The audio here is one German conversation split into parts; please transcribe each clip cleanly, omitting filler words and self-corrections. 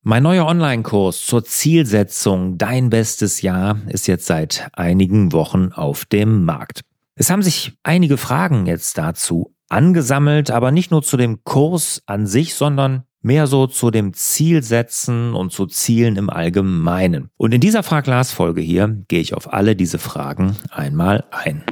Mein neuer Online-Kurs zur Zielsetzung Dein bestes Jahr ist jetzt seit einigen Wochen auf dem Markt. Es haben sich einige Fragen jetzt dazu angesammelt, aber nicht nur zu dem Kurs an sich, sondern mehr so zu dem Zielsetzen und zu Zielen im Allgemeinen. Und in dieser Frag-Lars-Folge hier gehe ich auf alle diese Fragen einmal ein.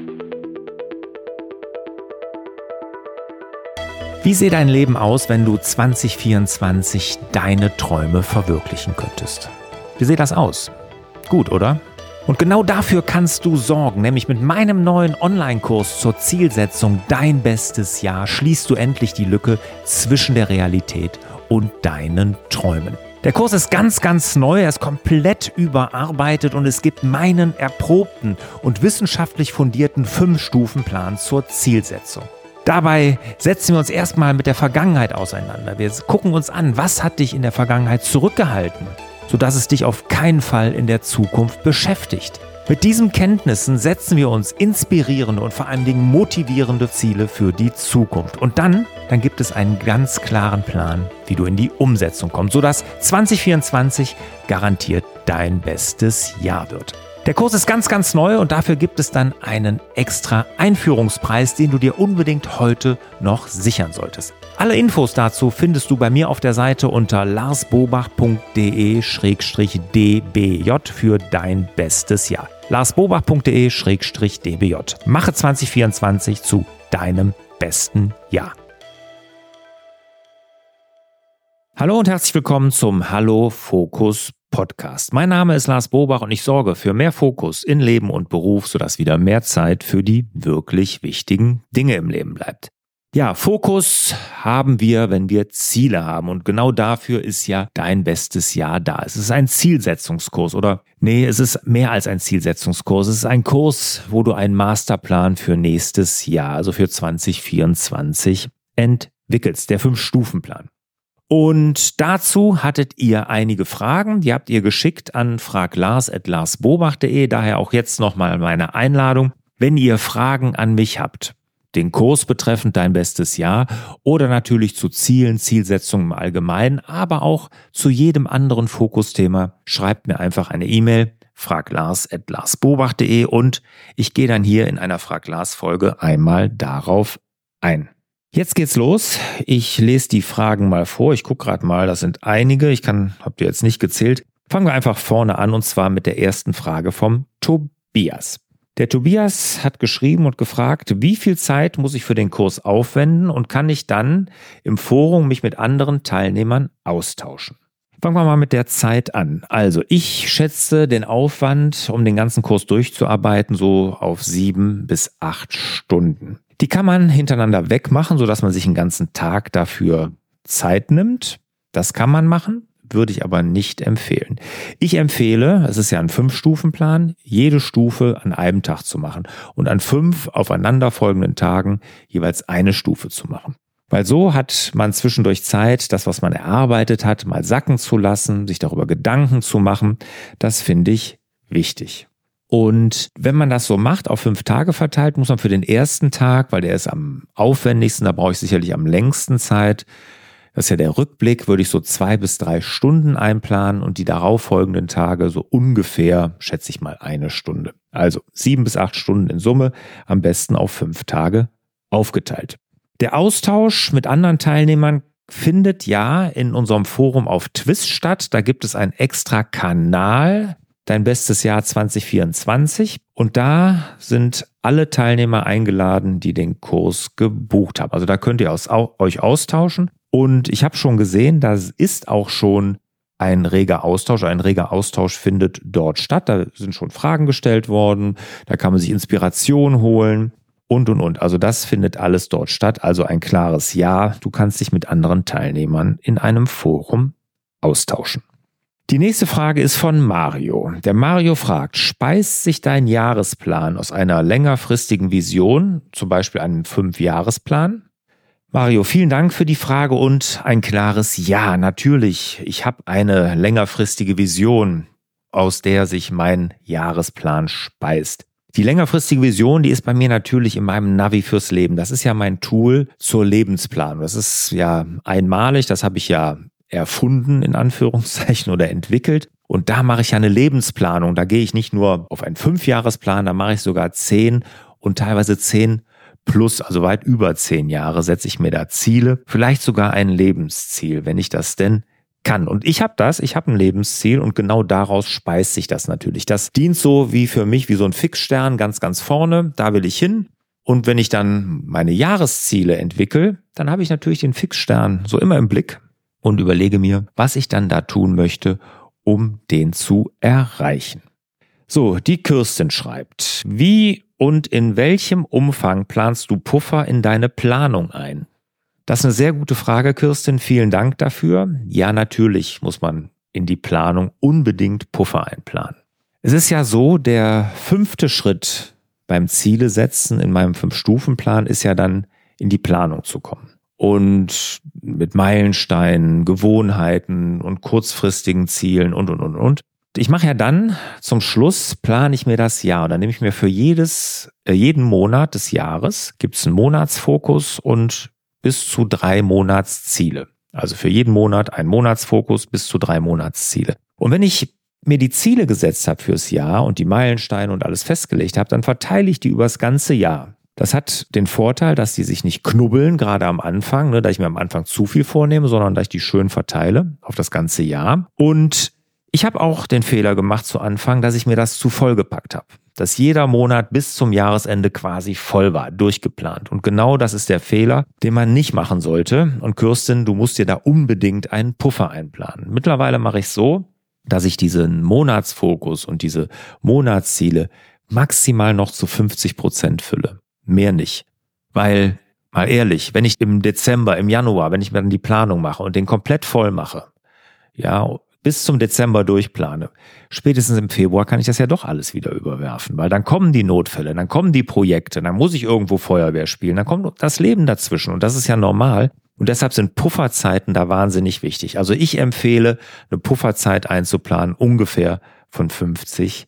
Wie sähe dein Leben aus, wenn du 2024 deine Träume verwirklichen könntest? Wie sähe das aus? Gut, oder? Und genau dafür kannst du sorgen, nämlich mit meinem neuen Online-Kurs zur Zielsetzung Dein bestes Jahr schließt du endlich die Lücke zwischen der Realität und deinen Träumen. Der Kurs ist ganz neu, er ist komplett überarbeitet und es gibt meinen erprobten und wissenschaftlich fundierten 5-Stufen-Plan zur Zielsetzung. Dabei setzen wir uns erstmal mit der Vergangenheit auseinander. Wir gucken uns an, was hat dich in der Vergangenheit zurückgehalten, sodass es dich auf keinen Fall in der Zukunft beschäftigt. Mit diesen Kenntnissen setzen wir uns inspirierende und vor allen Dingen motivierende Ziele für die Zukunft. Und dann gibt es einen ganz klaren Plan, wie du in die Umsetzung kommst, sodass 2024 garantiert dein bestes Jahr wird. Der Kurs ist ganz neu und dafür gibt es dann einen extra Einführungspreis, den du dir unbedingt heute noch sichern solltest. Alle Infos dazu findest du bei mir auf der Seite unter larsbobach.de/dbj für dein bestes Jahr. larsbobach.de/dbj. Mache 2024 zu deinem besten Jahr. Hallo und herzlich willkommen zum Hallo Fokus Podcast. Mein Name ist Lars Bobach und ich sorge für mehr Fokus in Leben und Beruf, sodass wieder mehr Zeit für die wirklich wichtigen Dinge im Leben bleibt. Ja, Fokus haben wir, wenn wir Ziele haben und genau dafür ist ja dein bestes Jahr da. Es ist ein Zielsetzungskurs es ist mehr als ein Zielsetzungskurs. Es ist ein Kurs, wo du einen Masterplan für nächstes Jahr, also für 2024 entwickelst, der 5-Stufen-Plan. Und dazu hattet ihr einige Fragen, die habt ihr geschickt an fraglars@larsbobach.de, daher auch jetzt nochmal meine Einladung. Wenn ihr Fragen an mich habt, den Kurs betreffend dein bestes Jahr oder natürlich zu Zielen, Zielsetzungen im Allgemeinen, aber auch zu jedem anderen Fokusthema, schreibt mir einfach eine E-Mail, fraglars@larsbobach.de und ich gehe dann hier in einer Frag-Lars-Folge einmal darauf ein. Jetzt geht's los. Ich lese die Fragen mal vor. Ich gucke gerade mal, das sind einige. Habt ihr jetzt nicht gezählt. Fangen wir einfach vorne an und zwar mit der ersten Frage vom Tobias. Der Tobias hat geschrieben und gefragt, wie viel Zeit muss ich für den Kurs aufwenden und kann ich dann im Forum mich mit anderen Teilnehmern austauschen? Fangen wir mal mit der Zeit an. Also ich schätze den Aufwand, um den ganzen Kurs durchzuarbeiten, so auf 7 bis 8 Stunden. Die kann man hintereinander wegmachen, sodass man sich einen ganzen Tag dafür Zeit nimmt. Das kann man machen, würde ich aber nicht empfehlen. Ich empfehle, es ist ja ein 5-Stufen-Plan, jede Stufe an einem Tag zu machen und an 5 aufeinanderfolgenden Tagen jeweils eine Stufe zu machen. Weil so hat man zwischendurch Zeit, das, was man erarbeitet hat, mal sacken zu lassen, sich darüber Gedanken zu machen. Das finde ich wichtig. Und wenn man das so macht, auf 5 Tage verteilt, muss man für den ersten Tag, weil der ist am aufwendigsten, da brauche ich sicherlich am längsten Zeit, das ist ja der Rückblick, würde ich so 2 bis 3 Stunden einplanen und die darauffolgenden Tage so ungefähr, schätze ich mal, 1 Stunde. Also 7 bis 8 Stunden in Summe, am besten auf 5 Tage aufgeteilt. Der Austausch mit anderen Teilnehmern findet ja in unserem Forum auf Twist statt. Da gibt es einen extra Kanal, Dein bestes Jahr 2024. Und da sind alle Teilnehmer eingeladen, die den Kurs gebucht haben. Also da könnt ihr euch austauschen. Und ich habe schon gesehen, da ist auch schon ein reger Austausch. Ein reger Austausch findet dort statt. Da sind schon Fragen gestellt worden. Da kann man sich Inspiration holen und. Also das findet alles dort statt. Also ein klares Ja. Du kannst dich mit anderen Teilnehmern in einem Forum austauschen. Die nächste Frage ist von Mario. Der Mario fragt, speist sich dein Jahresplan aus einer längerfristigen Vision, zum Beispiel einem 5-Jahresplan? Mario, vielen Dank für die Frage und ein klares Ja, natürlich. Ich habe eine längerfristige Vision, aus der sich mein Jahresplan speist. Die längerfristige Vision, die ist bei mir natürlich in meinem Navi fürs Leben. Das ist ja mein Tool zur Lebensplanung. Das ist ja einmalig, das habe ich ja erfunden, in Anführungszeichen, oder entwickelt. Und da mache ich ja eine Lebensplanung. Da gehe ich nicht nur auf einen 5-Jahresplan, da mache ich sogar 10 und teilweise 10 plus, also weit über 10 Jahre setze ich mir da Ziele, vielleicht sogar ein Lebensziel, wenn ich das denn kann. Und ich habe ein Lebensziel und genau daraus speist sich das natürlich. Das dient so wie für mich wie so ein Fixstern ganz, ganz vorne, da will ich hin. Und wenn ich dann meine Jahresziele entwickle, dann habe ich natürlich den Fixstern so immer im Blick und überlege mir, was ich dann da tun möchte, um den zu erreichen. So, die Kirsten schreibt, wie und in welchem Umfang planst du Puffer in deine Planung ein? Das ist eine sehr gute Frage, Kirsten. Vielen Dank dafür. Ja, natürlich muss man in die Planung unbedingt Puffer einplanen. Es ist ja so, der 5. Schritt beim Ziele setzen in meinem 5-Stufen-Plan ist ja dann in die Planung zu kommen. Und mit Meilensteinen, Gewohnheiten und kurzfristigen Zielen und. Ich mache ja dann zum Schluss, plane ich mir das Jahr. Und dann nehme ich mir für jeden Monat des Jahres, gibt es einen Monatsfokus und bis zu 3 Monatsziele. Also für jeden Monat ein Monatsfokus bis zu 3 Monatsziele. Und wenn ich mir die Ziele gesetzt habe fürs Jahr und die Meilensteine und alles festgelegt habe, dann verteile ich die übers ganze Jahr. Das hat den Vorteil, dass die sich nicht knubbeln, gerade am Anfang, da ich mir am Anfang zu viel vornehme, sondern dass ich die schön verteile auf das ganze Jahr. Und ich habe auch den Fehler gemacht zu Anfang, dass ich mir das zu voll gepackt habe. Dass jeder Monat bis zum Jahresende quasi voll war, durchgeplant. Und genau das ist der Fehler, den man nicht machen sollte. Und Kirsten, du musst dir da unbedingt einen Puffer einplanen. Mittlerweile mache ich es so, dass ich diesen Monatsfokus und diese Monatsziele maximal noch zu 50% fülle. Mehr nicht. Weil, mal ehrlich, wenn ich im Dezember, im Januar, wenn ich mir dann die Planung mache und den komplett voll mache, ja, bis zum Dezember durchplane, spätestens im Februar kann ich das ja doch alles wieder überwerfen, weil dann kommen die Notfälle, dann kommen die Projekte, dann muss ich irgendwo Feuerwehr spielen, dann kommt das Leben dazwischen und das ist ja normal. Und deshalb sind Pufferzeiten da wahnsinnig wichtig. Also ich empfehle, eine Pufferzeit einzuplanen, ungefähr von 50%.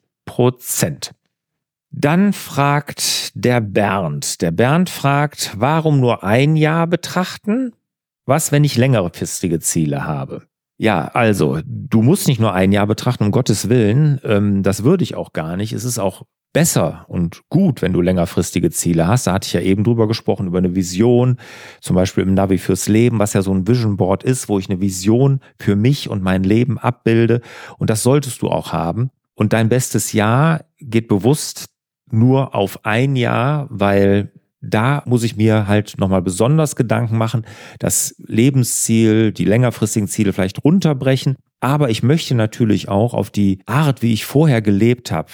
Dann fragt der Bernd. Der Bernd fragt, warum nur ein Jahr betrachten? Was, wenn ich längerfristige Ziele habe? Ja, also, du musst nicht nur ein Jahr betrachten, um Gottes Willen. Das würde ich auch gar nicht. Es ist auch besser und gut, wenn du längerfristige Ziele hast. Da hatte ich ja eben drüber gesprochen, über eine Vision, zum Beispiel im Navi fürs Leben, was ja so ein Vision Board ist, wo ich eine Vision für mich und mein Leben abbilde. Und das solltest du auch haben. Und dein bestes Jahr geht bewusst nur auf ein Jahr, weil da muss ich mir halt nochmal besonders Gedanken machen, das Lebensziel, die längerfristigen Ziele vielleicht runterbrechen. Aber ich möchte natürlich auch auf die Art, wie ich vorher gelebt habe,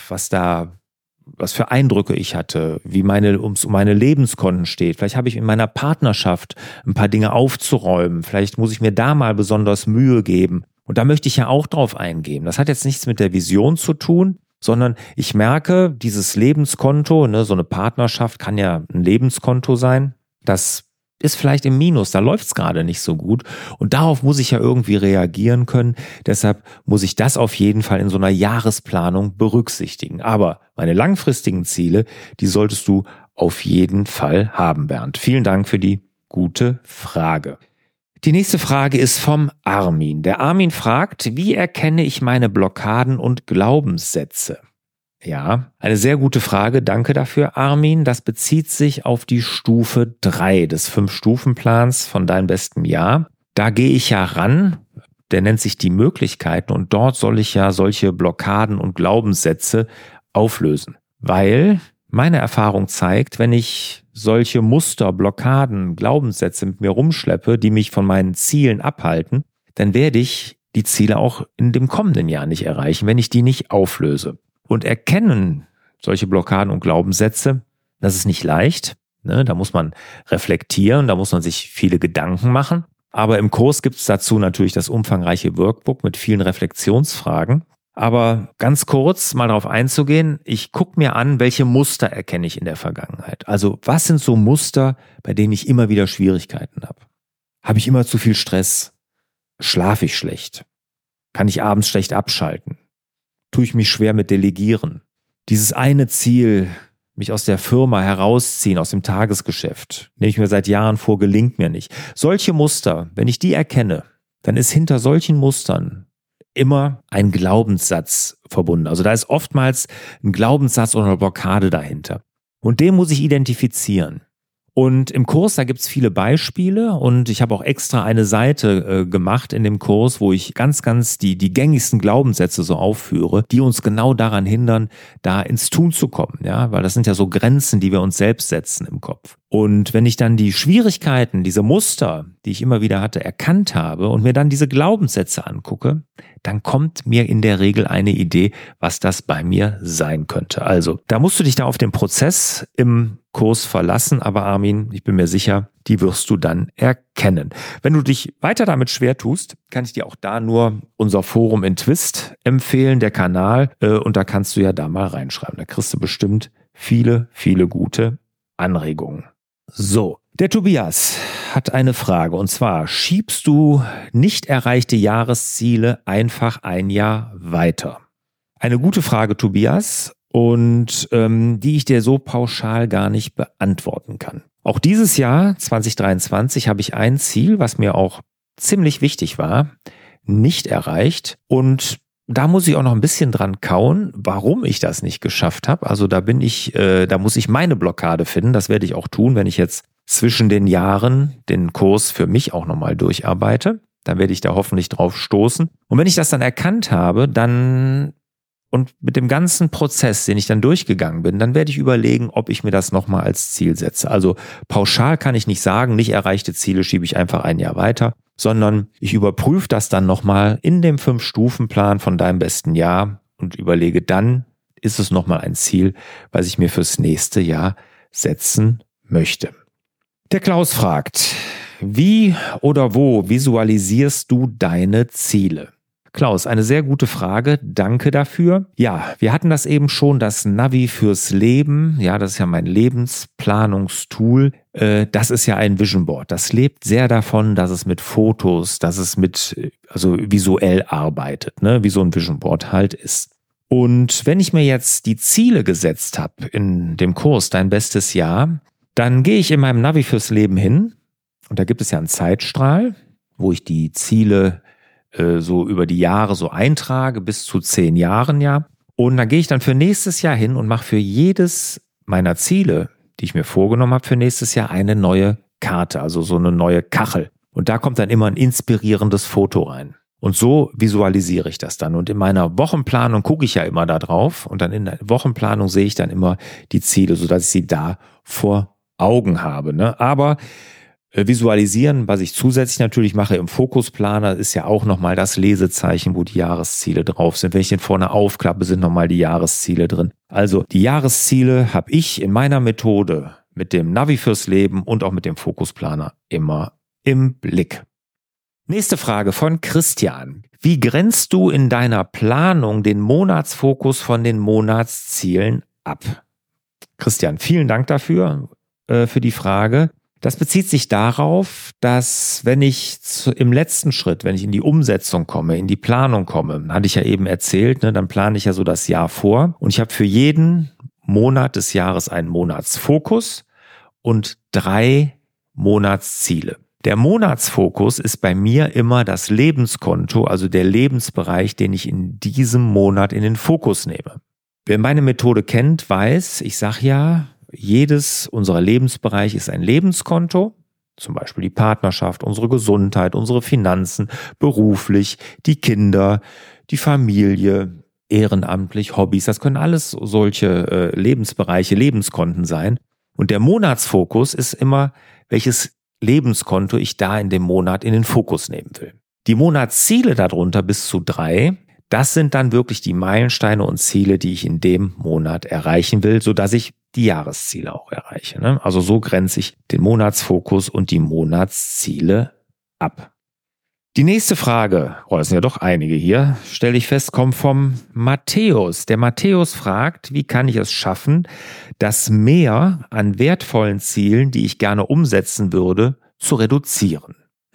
was für Eindrücke ich hatte, wie um meine Lebenskonten steht. Vielleicht habe ich in meiner Partnerschaft ein paar Dinge aufzuräumen. Vielleicht muss ich mir da mal besonders Mühe geben. Und da möchte ich ja auch drauf eingehen. Das hat jetzt nichts mit der Vision zu tun, sondern ich merke, dieses Lebenskonto, so eine Partnerschaft kann ja ein Lebenskonto sein, das ist vielleicht im Minus, da läuft's gerade nicht so gut und darauf muss ich ja irgendwie reagieren können, deshalb muss ich das auf jeden Fall in so einer Jahresplanung berücksichtigen. Aber meine langfristigen Ziele, die solltest du auf jeden Fall haben, Bernd. Vielen Dank für die gute Frage. Die nächste Frage ist vom Armin. Der Armin fragt, wie erkenne ich meine Blockaden und Glaubenssätze? Ja, eine sehr gute Frage. Danke dafür, Armin. Das bezieht sich auf die Stufe 3 des 5-Stufen-Plans von Dein bestem Jahr. Da gehe ich ja ran, der nennt sich die Möglichkeiten und dort soll ich ja solche Blockaden und Glaubenssätze auflösen. Weil meine Erfahrung zeigt, wenn ich solche Muster, Blockaden, Glaubenssätze mit mir rumschleppe, die mich von meinen Zielen abhalten, dann werde ich die Ziele auch in dem kommenden Jahr nicht erreichen, wenn ich die nicht auflöse. Und erkennen solche Blockaden und Glaubenssätze, das ist nicht leicht. Da muss man reflektieren, da muss man sich viele Gedanken machen. Aber im Kurs gibt es dazu natürlich das umfangreiche Workbook mit vielen Reflexionsfragen. Aber ganz kurz mal darauf einzugehen, ich gucke mir an, welche Muster erkenne ich in der Vergangenheit. Also was sind so Muster, bei denen ich immer wieder Schwierigkeiten habe? Habe ich immer zu viel Stress? Schlafe ich schlecht? Kann ich abends schlecht abschalten? Tue ich mich schwer mit Delegieren? Dieses eine Ziel, mich aus der Firma herausziehen, aus dem Tagesgeschäft, nehme ich mir seit Jahren vor, gelingt mir nicht. Solche Muster, wenn ich die erkenne, dann ist hinter solchen Mustern immer ein Glaubenssatz verbunden. Also da ist oftmals ein Glaubenssatz oder eine Blockade dahinter. Und den muss ich identifizieren. Und im Kurs, da gibt's viele Beispiele und ich habe auch extra eine Seite gemacht in dem Kurs, wo ich ganz die gängigsten Glaubenssätze so aufführe, die uns genau daran hindern, da ins Tun zu kommen, ja, weil das sind ja so Grenzen, die wir uns selbst setzen im Kopf. Und wenn ich dann die Schwierigkeiten, diese Muster, die ich immer wieder hatte, erkannt habe und mir dann diese Glaubenssätze angucke, dann kommt mir in der Regel eine Idee, was das bei mir sein könnte. Also, da musst du dich da auf den Prozess im Kurs verlassen, aber Armin, ich bin mir sicher, die wirst du dann erkennen. Wenn du dich weiter damit schwer tust, kann ich dir auch da nur unser Forum in Twist empfehlen, der Kanal, und da kannst du ja da mal reinschreiben. Da kriegst du bestimmt viele gute Anregungen. So, der Tobias hat eine Frage und zwar, schiebst du nicht erreichte Jahresziele einfach ein Jahr weiter? Eine gute Frage, Tobias, und die ich dir so pauschal gar nicht beantworten kann. Auch dieses Jahr, 2023, habe ich ein Ziel, was mir auch ziemlich wichtig war, nicht erreicht und da muss ich auch noch ein bisschen dran kauen, warum ich das nicht geschafft habe. Also da muss ich meine Blockade finden. Das werde ich auch tun, wenn ich jetzt zwischen den Jahren den Kurs für mich auch nochmal durcharbeite. Dann werde ich da hoffentlich drauf stoßen. Und wenn ich das dann erkannt habe, und mit dem ganzen Prozess, den ich dann durchgegangen bin, dann werde ich überlegen, ob ich mir das nochmal als Ziel setze. Also pauschal kann ich nicht sagen, nicht erreichte Ziele schiebe ich einfach ein Jahr weiter, sondern ich überprüfe das dann nochmal in dem 5-Stufen-Plan von deinem besten Jahr und überlege dann, ist es nochmal ein Ziel, was ich mir fürs nächste Jahr setzen möchte. Der Klaus fragt, wie oder wo visualisierst du deine Ziele? Klaus, eine sehr gute Frage. Danke dafür. Ja, wir hatten das eben schon, das Navi fürs Leben. Ja, das ist ja mein Lebensplanungstool. Das ist ja ein Vision Board. Das lebt sehr davon, dass es mit Fotos, also visuell arbeitet, ne? Wie so ein Vision Board halt ist. Und wenn ich mir jetzt die Ziele gesetzt habe in dem Kurs Dein bestes Jahr, dann gehe ich in meinem Navi fürs Leben hin und da gibt es ja einen Zeitstrahl, wo ich die Ziele so über die Jahre so eintrage, bis zu 10 Jahren, ja. Und da gehe ich dann für nächstes Jahr hin und mache für jedes meiner Ziele, die ich mir vorgenommen habe für nächstes Jahr, eine neue Karte, also so eine neue Kachel. Und da kommt dann immer ein inspirierendes Foto rein. Und so visualisiere ich das dann. Und in meiner Wochenplanung gucke ich ja immer da drauf. Und dann in der Wochenplanung sehe ich dann immer die Ziele, sodass ich sie da vor Augen habe, ne? Aber visualisieren, was ich zusätzlich natürlich mache im Fokusplaner, ist ja auch nochmal das Lesezeichen, wo die Jahresziele drauf sind. Wenn ich den vorne aufklappe, sind nochmal die Jahresziele drin. Also die Jahresziele habe ich in meiner Methode mit dem Navi fürs Leben und auch mit dem Fokusplaner immer im Blick. Nächste Frage von Christian. Wie grenzt du in deiner Planung den Monatsfokus von den Monatszielen ab? Christian, vielen Dank dafür, für die Frage. Das bezieht sich darauf, dass wenn ich im letzten Schritt, wenn ich in die Umsetzung komme, in die Planung komme, hatte ich ja eben erzählt, ne, dann plane ich ja so das Jahr vor und ich habe für jeden Monat des Jahres einen Monatsfokus und 3 Monatsziele. Der Monatsfokus ist bei mir immer das Lebenskonto, also der Lebensbereich, den ich in diesem Monat in den Fokus nehme. Wer meine Methode kennt, weiß, ich sage ja, jedes unserer Lebensbereiche ist ein Lebenskonto, zum Beispiel die Partnerschaft, unsere Gesundheit, unsere Finanzen, beruflich, die Kinder, die Familie, ehrenamtlich, Hobbys, das können alles solche Lebensbereiche, Lebenskonten sein. Und der Monatsfokus ist immer, welches Lebenskonto ich da in dem Monat in den Fokus nehmen will. Die Monatsziele darunter bis zu 3, das sind dann wirklich die Meilensteine und Ziele, die ich in dem Monat erreichen will, sodass ich die Jahresziele auch erreiche, ne? Also so grenze ich den Monatsfokus und die Monatsziele ab. Die nächste Frage, das sind ja doch einige hier, stelle ich fest, kommt vom Matthäus. Der Matthäus fragt, wie kann ich es schaffen, das Mehr an wertvollen Zielen, die ich gerne umsetzen würde, zu reduzieren?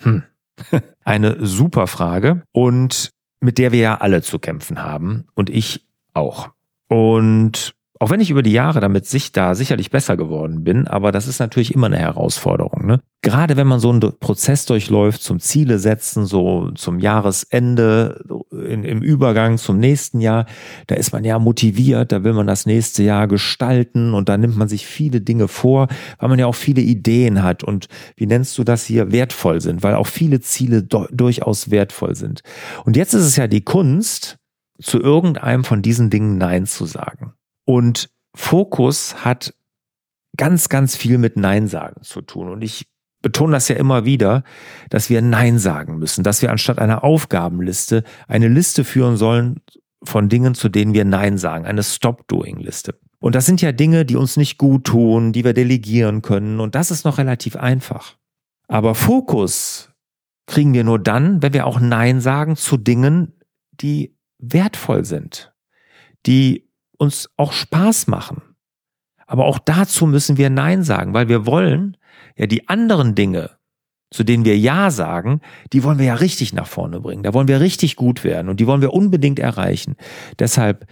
Eine super Frage und mit der wir ja alle zu kämpfen haben und ich auch. Und Auch wenn ich über die Jahre damit sicherlich besser geworden bin, aber das ist natürlich immer eine Herausforderung, ne? Gerade wenn man so einen Prozess durchläuft zum Ziele setzen, so zum Jahresende, im Übergang zum nächsten Jahr, da ist man ja motiviert, da will man das nächste Jahr gestalten und da nimmt man sich viele Dinge vor, weil man ja auch viele Ideen hat und wie nennst du das hier, wertvoll sind, weil auch viele Ziele durchaus wertvoll sind. Und jetzt ist es ja die Kunst, zu irgendeinem von diesen Dingen Nein zu sagen. Und Fokus hat ganz, ganz viel mit Nein sagen zu tun. Und ich betone das ja immer wieder, dass wir Nein sagen müssen, dass wir anstatt einer Aufgabenliste eine Liste führen sollen von Dingen, zu denen wir Nein sagen, eine Stop-Doing-Liste. Und das sind ja Dinge, die uns nicht gut tun, die wir delegieren können. Und das ist noch relativ einfach. Aber Fokus kriegen wir nur dann, wenn wir auch Nein sagen zu Dingen, die wertvoll sind, die uns auch Spaß machen. Aber auch dazu müssen wir Nein sagen, weil wir wollen ja die anderen Dinge, zu denen wir Ja sagen, die wollen wir ja richtig nach vorne bringen. Da wollen wir richtig gut werden und die wollen wir unbedingt erreichen. Deshalb,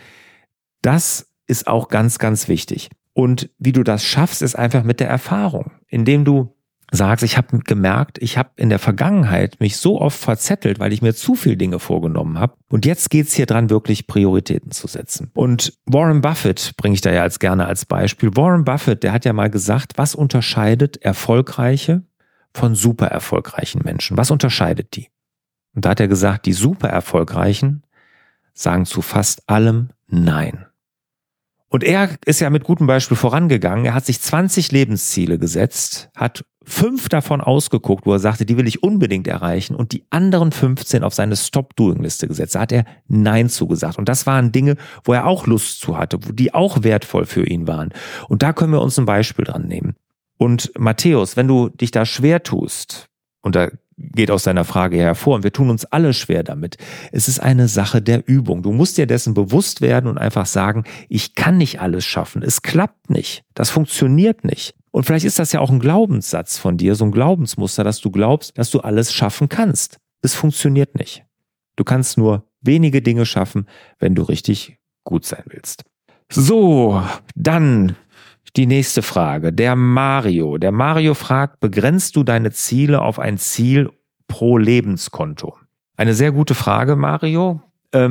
das ist auch ganz, ganz wichtig. Und wie du das schaffst, ist einfach mit der Erfahrung, indem du sagst, ich habe gemerkt, ich habe in der Vergangenheit mich so oft verzettelt, weil ich mir zu viel Dinge vorgenommen habe. Und jetzt geht's hier dran, wirklich Prioritäten zu setzen. Und Warren Buffett bringe ich da ja jetzt gerne als Beispiel. Warren Buffett, der hat ja mal gesagt, was unterscheidet erfolgreiche von super erfolgreichen Menschen? Was unterscheidet die? Und da hat er gesagt, die super erfolgreichen sagen zu fast allem Nein. Und er ist ja mit gutem Beispiel vorangegangen. Er hat sich 20 Lebensziele gesetzt, hat 5 davon ausgeguckt, wo er sagte, die will ich unbedingt erreichen und die anderen 15 auf seine Stop-Doing-Liste gesetzt. Da hat er Nein zugesagt. Und das waren Dinge, wo er auch Lust zu hatte, die auch wertvoll für ihn waren. Und da können wir uns ein Beispiel dran nehmen. Und Matthäus, wenn du dich da schwer tust, und da geht aus deiner Frage hervor, und wir tun uns alle schwer damit, es ist eine Sache der Übung. Du musst dir dessen bewusst werden und einfach sagen, ich kann nicht alles schaffen, es klappt nicht, das funktioniert nicht. Und vielleicht ist das ja auch ein Glaubenssatz von dir, so ein Glaubensmuster, dass du glaubst, dass du alles schaffen kannst. Es funktioniert nicht. Du kannst nur wenige Dinge schaffen, wenn du richtig gut sein willst. So, dann die nächste Frage. Der Mario fragt, begrenzt du deine Ziele auf ein Ziel pro Lebenskonto? Eine sehr gute Frage, Mario.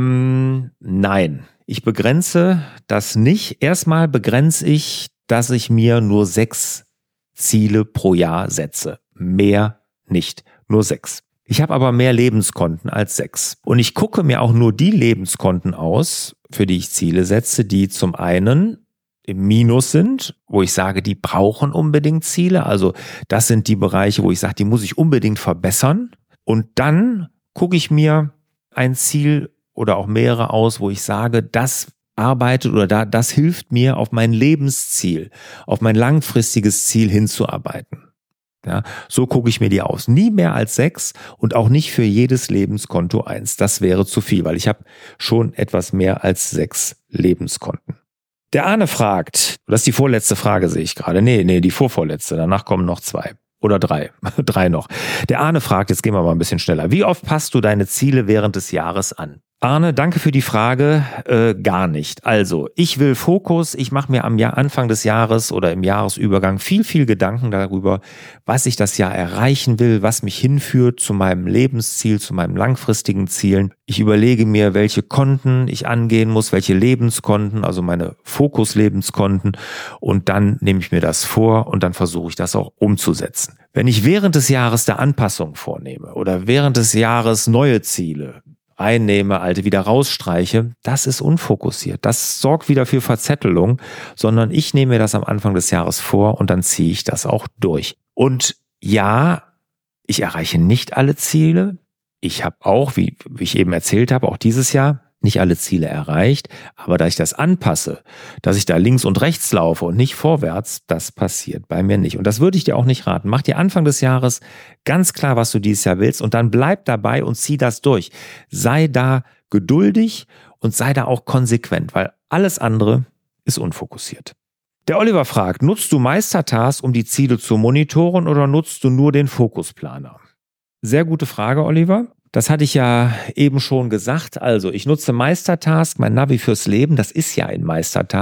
Nein, ich begrenze das nicht. Erstmal begrenze ich, dass ich mir nur 6 Ziele pro Jahr setze. Mehr nicht, nur 6. Ich habe aber mehr Lebenskonten als 6. Und ich gucke mir auch nur die Lebenskonten aus, für die ich Ziele setze, die zum einen im Minus sind, wo ich sage, die brauchen unbedingt Ziele. Also das sind die Bereiche, wo ich sage, die muss ich unbedingt verbessern. Und dann gucke ich mir ein Ziel oder auch mehrere aus, wo ich sage, das arbeitet oder das hilft mir, auf mein Lebensziel, auf mein langfristiges Ziel hinzuarbeiten. Ja, so gucke ich mir die aus. Nie mehr als 6 und auch nicht für jedes Lebenskonto 1. Das wäre zu viel, weil ich habe schon etwas mehr als 6 Lebenskonten. Der Arne fragt, das ist die vorletzte Frage, sehe ich gerade. Nee, die vorvorletzte. Danach kommen noch 2 oder 3. 3 noch. Der Arne fragt, jetzt gehen wir mal ein bisschen schneller. Wie oft passt du deine Ziele während des Jahres an? Arne, danke für die Frage. Gar nicht. Also, ich will Fokus. Ich mache mir am Anfang des Jahres oder im Jahresübergang viel Gedanken darüber, was ich das Jahr erreichen will, was mich hinführt zu meinem Lebensziel, zu meinen langfristigen Zielen. Ich überlege mir, welche Konten ich angehen muss, welche Lebenskonten, also meine Fokus-Lebenskonten. Und dann nehme ich mir das vor und dann versuche ich das auch umzusetzen. Wenn ich während des Jahres da Anpassungen vornehme oder während des Jahres neue Ziele einnehme, alte wieder rausstreiche, das ist unfokussiert. Das sorgt wieder für Verzettelung, sondern ich nehme mir das am Anfang des Jahres vor und dann ziehe ich das auch durch. Und ja, ich erreiche nicht alle Ziele. Ich habe auch, wie ich eben erzählt habe, auch dieses Jahr nicht alle Ziele erreicht, aber da ich das anpasse, dass ich da links und rechts laufe und nicht vorwärts, das passiert bei mir nicht. Und das würde ich dir auch nicht raten. Mach dir Anfang des Jahres ganz klar, was du dieses Jahr willst und dann bleib dabei und zieh das durch. Sei da geduldig und sei da auch konsequent, weil alles andere ist unfokussiert. Der Oliver fragt, nutzt du Meistertask, um die Ziele zu monitoren oder nutzt du nur den Fokusplaner? Sehr gute Frage, Oliver. Das hatte ich ja eben schon gesagt. Also ich nutze Meistertask, mein Navi fürs Leben, das ist ja ein Meistertask.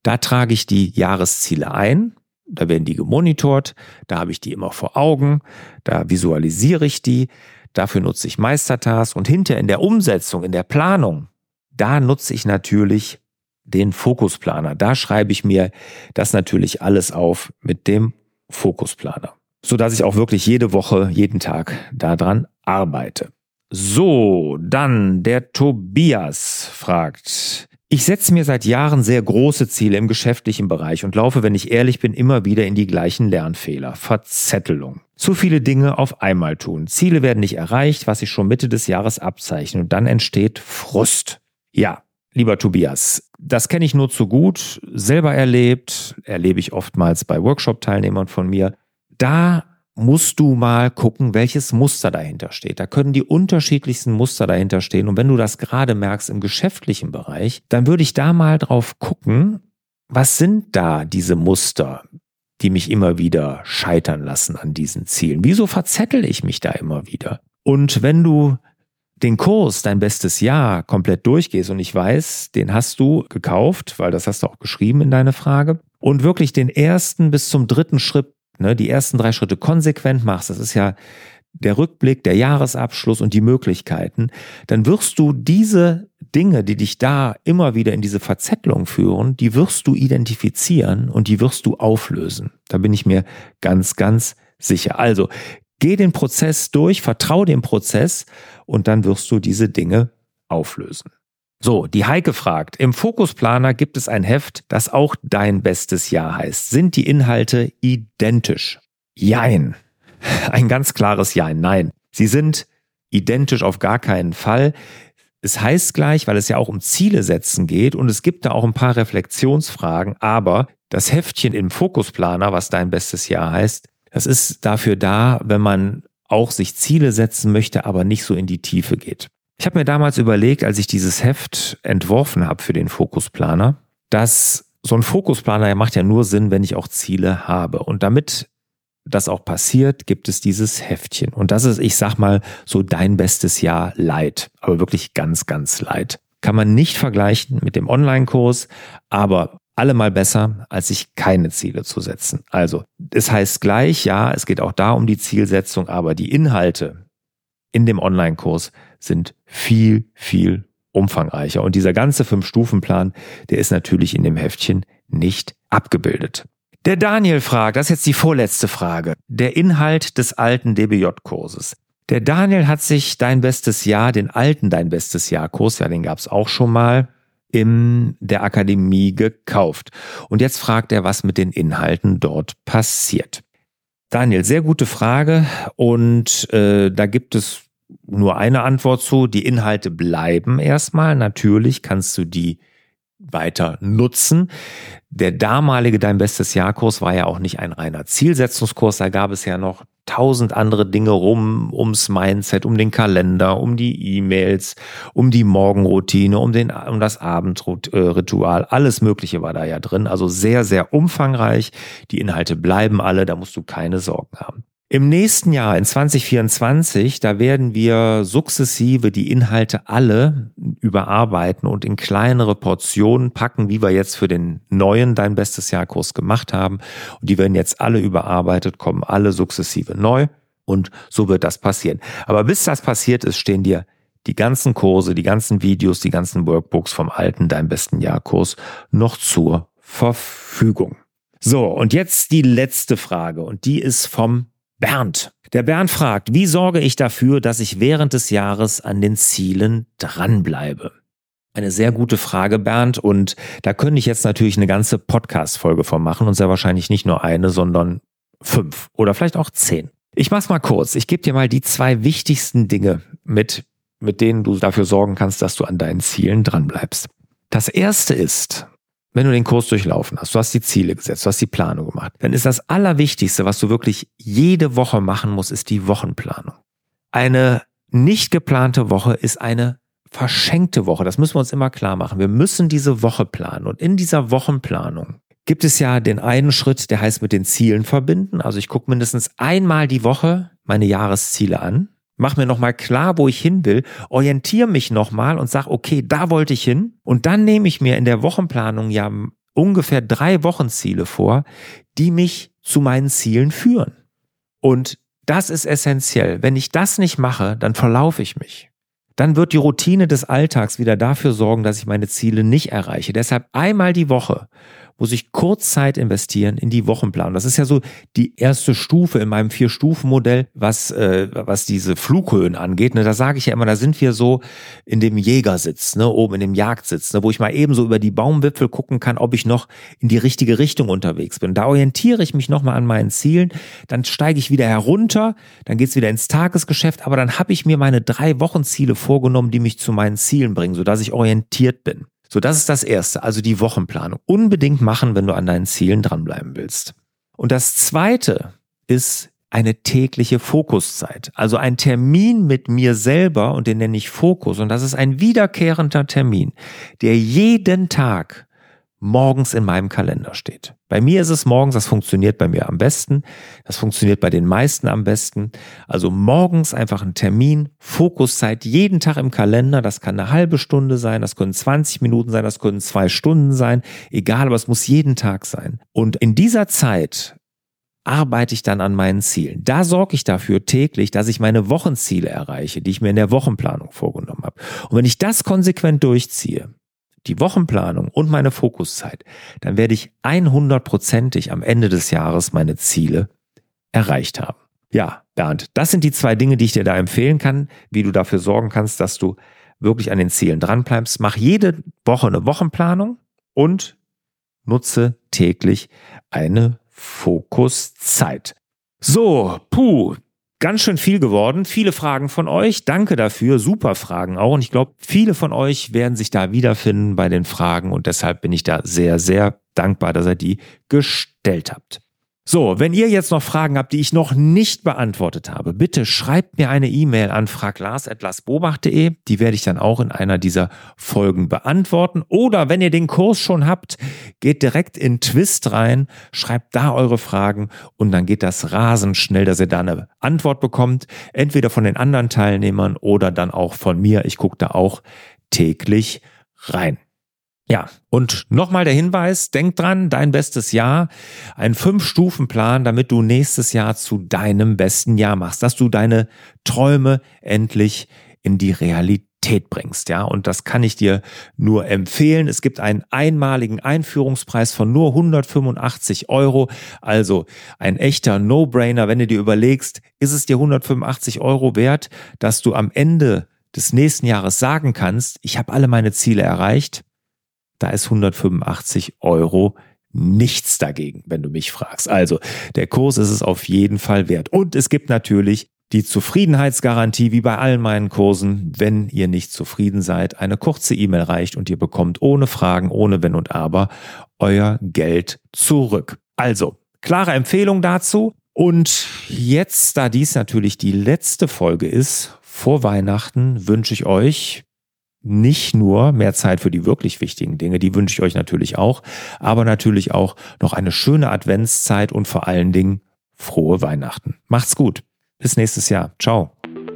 Da trage ich die Jahresziele ein, da werden die gemonitort, da habe ich die immer vor Augen, da visualisiere ich die, dafür nutze ich Meistertask und hinterher in der Umsetzung, in der Planung, da nutze ich natürlich den Fokusplaner. Da schreibe ich mir das natürlich alles auf mit dem Fokusplaner, sodass ich auch wirklich jede Woche, jeden Tag daran arbeite. So, dann der Tobias fragt: Ich setze mir seit Jahren sehr große Ziele im geschäftlichen Bereich und laufe, wenn ich ehrlich bin, immer wieder in die gleichen Lernfehler. Verzettelung. Zu viele Dinge auf einmal tun. Ziele werden nicht erreicht, was sich schon Mitte des Jahres abzeichnet, und dann entsteht Frust. Ja, lieber Tobias, das kenne ich nur zu gut, selber erlebt, erlebe ich oftmals bei Workshop-Teilnehmern von mir. Da musst du mal gucken, welches Muster dahinter steht. Da können die unterschiedlichsten Muster dahinter stehen. Und wenn du das gerade merkst im geschäftlichen Bereich, dann würde ich da mal drauf gucken, was sind da diese Muster, die mich immer wieder scheitern lassen an diesen Zielen? Wieso verzettel ich mich da immer wieder? Und wenn du den Kurs Dein bestes Jahr komplett durchgehst, und ich weiß, den hast du gekauft, weil das hast du auch geschrieben in deine Frage, und wirklich den ersten bis zum dritten Schritt, die ersten 3 Schritte konsequent machst, das ist ja der Rückblick, der Jahresabschluss und die Möglichkeiten, dann wirst du diese Dinge, die dich da immer wieder in diese Verzettelung führen, die wirst du identifizieren und die wirst du auflösen. Da bin ich mir ganz, ganz sicher. Also, geh den Prozess durch, vertraue dem Prozess und dann wirst du diese Dinge auflösen. So, die Heike fragt: Im Fokusplaner gibt es ein Heft, das auch Dein bestes Jahr heißt. Sind die Inhalte identisch? Jein. Ein ganz klares Jein. Nein, sie sind identisch auf gar keinen Fall. Es heißt gleich, weil es ja auch um Ziele setzen geht, und es gibt da auch ein paar Reflexionsfragen, aber das Heftchen im Fokusplaner, was Dein bestes Jahr heißt, das ist dafür da, wenn man auch sich Ziele setzen möchte, aber nicht so in die Tiefe geht. Ich habe mir damals überlegt, als ich dieses Heft entworfen habe für den Fokusplaner, dass so ein Fokusplaner macht ja nur Sinn, wenn ich auch Ziele habe. Und damit das auch passiert, gibt es dieses Heftchen. Und das ist, ich sag mal, so Dein bestes Jahr light. Aber wirklich ganz, ganz light. Kann man nicht vergleichen mit dem Online-Kurs, aber allemal besser, als sich keine Ziele zu setzen. Also, es heißt gleich, ja, es geht auch da um die Zielsetzung, aber die Inhalte in dem Online-Kurs sind viel, viel umfangreicher. Und dieser ganze 5-Stufen-Plan, der ist natürlich in dem Heftchen nicht abgebildet. Der Daniel fragt, das ist jetzt die vorletzte Frage, der Inhalt des alten DBJ-Kurses. Der Daniel hat sich Dein bestes Jahr, den alten Dein bestes Jahr-Kurs, ja, den gab es auch schon mal, in der Akademie gekauft. Und jetzt fragt er, was mit den Inhalten dort passiert. Daniel, sehr gute Frage, und da gibt es nur eine Antwort zu. Die Inhalte bleiben erstmal. Natürlich kannst du die weiter nutzen. Der damalige Dein bestes Jahr-Kurs war ja auch nicht ein reiner Zielsetzungskurs. Da gab es ja noch 1000 andere Dinge ums Mindset, um den Kalender, um die E-Mails, um die Morgenroutine, um das Abendritual. Alles Mögliche war da ja drin. Also sehr, sehr umfangreich. Die Inhalte bleiben alle. Da musst du keine Sorgen haben. Im nächsten Jahr, in 2024, da werden wir sukzessive die Inhalte alle überarbeiten und in kleinere Portionen packen, wie wir jetzt für den neuen Dein bestes Jahr-Kurs gemacht haben. Und die werden jetzt alle überarbeitet, kommen alle sukzessive neu, und so wird das passieren. Aber bis das passiert ist, stehen dir die ganzen Kurse, die ganzen Videos, die ganzen Workbooks vom alten Dein besten Jahr-Kurs noch zur Verfügung. So, und jetzt die letzte Frage, und die ist vom Bernd. Der Bernd fragt: Wie sorge ich dafür, dass ich während des Jahres an den Zielen dranbleibe? Eine sehr gute Frage, Bernd, und da könnte ich jetzt natürlich eine ganze Podcast-Folge von machen, und sehr wahrscheinlich nicht nur eine, sondern 5 oder vielleicht auch 10. Ich mach's mal kurz. Ich gebe dir mal die 2 wichtigsten Dinge mit denen du dafür sorgen kannst, dass du an deinen Zielen dranbleibst. Das erste ist: Wenn du den Kurs durchlaufen hast, du hast die Ziele gesetzt, du hast die Planung gemacht, dann ist das Allerwichtigste, was du wirklich jede Woche machen musst, ist die Wochenplanung. Eine nicht geplante Woche ist eine verschenkte Woche. Das müssen wir uns immer klar machen. Wir müssen diese Woche planen. Und in dieser Wochenplanung gibt es ja den einen Schritt, der heißt mit den Zielen verbinden. Also ich gucke mindestens einmal die Woche meine Jahresziele an, mach mir nochmal klar, wo ich hin will, orientiere mich nochmal und sag, okay, da wollte ich hin. Und dann nehme ich mir in der Wochenplanung ja ungefähr 3 Wochenziele vor, die mich zu meinen Zielen führen. Und das ist essentiell. Wenn ich das nicht mache, dann verlaufe ich mich. Dann wird die Routine des Alltags wieder dafür sorgen, dass ich meine Ziele nicht erreiche. Deshalb einmal die Woche muss ich kurz Zeit investieren in die Wochenplanung. Das ist ja so die erste Stufe in meinem 4-Stufen-Modell, was diese Flughöhen angeht. Da sage ich ja immer, da sind wir so in dem Jägersitz, oben in dem Jagdsitz, wo ich mal eben so über die Baumwipfel gucken kann, ob ich noch in die richtige Richtung unterwegs bin. Da orientiere ich mich nochmal an meinen Zielen, dann steige ich wieder herunter, dann geht's wieder ins Tagesgeschäft, aber dann habe ich mir meine 3 Wochenziele vorgenommen, die mich zu meinen Zielen bringen, sodass ich orientiert bin. So, das ist das Erste, also die Wochenplanung. Unbedingt machen, wenn du an deinen Zielen dranbleiben willst. Und das Zweite ist eine tägliche Fokuszeit, also ein Termin mit mir selber, und den nenne ich Fokus. Und das ist ein wiederkehrender Termin, der jeden Tag morgens in meinem Kalender steht. Bei mir ist es morgens, das funktioniert bei mir am besten, das funktioniert bei den meisten am besten. Also morgens einfach ein Termin, Fokuszeit, jeden Tag im Kalender, das kann eine halbe Stunde sein, das können 20 Minuten sein, das können 2 Stunden sein, egal, aber es muss jeden Tag sein. Und in dieser Zeit arbeite ich dann an meinen Zielen. Da sorge ich dafür täglich, dass ich meine Wochenziele erreiche, die ich mir in der Wochenplanung vorgenommen habe. Und wenn ich das konsequent durchziehe, die Wochenplanung und meine Fokuszeit, dann werde ich 100%ig am Ende des Jahres meine Ziele erreicht haben. Ja, Bernd, das sind die 2 Dinge, die ich dir da empfehlen kann, wie du dafür sorgen kannst, dass du wirklich an den Zielen dranbleibst. Mach jede Woche eine Wochenplanung und nutze täglich eine Fokuszeit. So, ganz schön viel geworden, viele Fragen von euch, danke dafür, super Fragen auch, und ich glaube, viele von euch werden sich da wiederfinden bei den Fragen, und deshalb bin ich da sehr, sehr dankbar, dass ihr die gestellt habt. So, wenn ihr jetzt noch Fragen habt, die ich noch nicht beantwortet habe, bitte schreibt mir eine E-Mail an fraglars@larsbobach.de. Die werde ich dann auch in einer dieser Folgen beantworten. Oder wenn ihr den Kurs schon habt, geht direkt in Twist rein, schreibt da eure Fragen, und dann geht das rasend schnell, dass ihr da eine Antwort bekommt. Entweder von den anderen Teilnehmern oder dann auch von mir. Ich gucke da auch täglich rein. Ja, und nochmal der Hinweis, denk dran, dein bestes Jahr, ein 5-Stufen-Plan, damit du nächstes Jahr zu deinem besten Jahr machst, dass du deine Träume endlich in die Realität bringst, ja, und das kann ich dir nur empfehlen. Es gibt einen einmaligen Einführungspreis von nur 185 €, also ein echter No-Brainer, wenn du dir überlegst, ist es dir 185 € wert, dass du am Ende des nächsten Jahres sagen kannst, ich habe alle meine Ziele erreicht. Da ist 185 € nichts dagegen, wenn du mich fragst. Also, der Kurs ist es auf jeden Fall wert. Und es gibt natürlich die Zufriedenheitsgarantie, wie bei allen meinen Kursen. Wenn ihr nicht zufrieden seid, eine kurze E-Mail reicht und ihr bekommt ohne Fragen, ohne Wenn und Aber euer Geld zurück. Also, klare Empfehlung dazu. Und jetzt, da dies natürlich die letzte Folge ist, vor Weihnachten, wünsche ich euch nicht nur mehr Zeit für die wirklich wichtigen Dinge, die wünsche ich euch natürlich auch, aber natürlich auch noch eine schöne Adventszeit und vor allen Dingen frohe Weihnachten. Macht's gut. Bis nächstes Jahr. Ciao.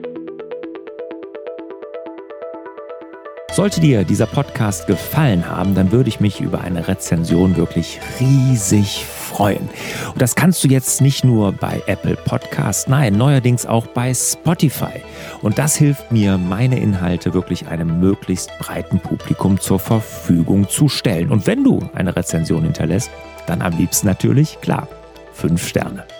Sollte dir dieser Podcast gefallen haben, dann würde ich mich über eine Rezension wirklich riesig freuen. Und das kannst du jetzt nicht nur bei Apple Podcast, nein, neuerdings auch bei Spotify. Und das hilft mir, meine Inhalte wirklich einem möglichst breiten Publikum zur Verfügung zu stellen. Und wenn du eine Rezension hinterlässt, dann am liebsten natürlich, klar, 5 Sterne.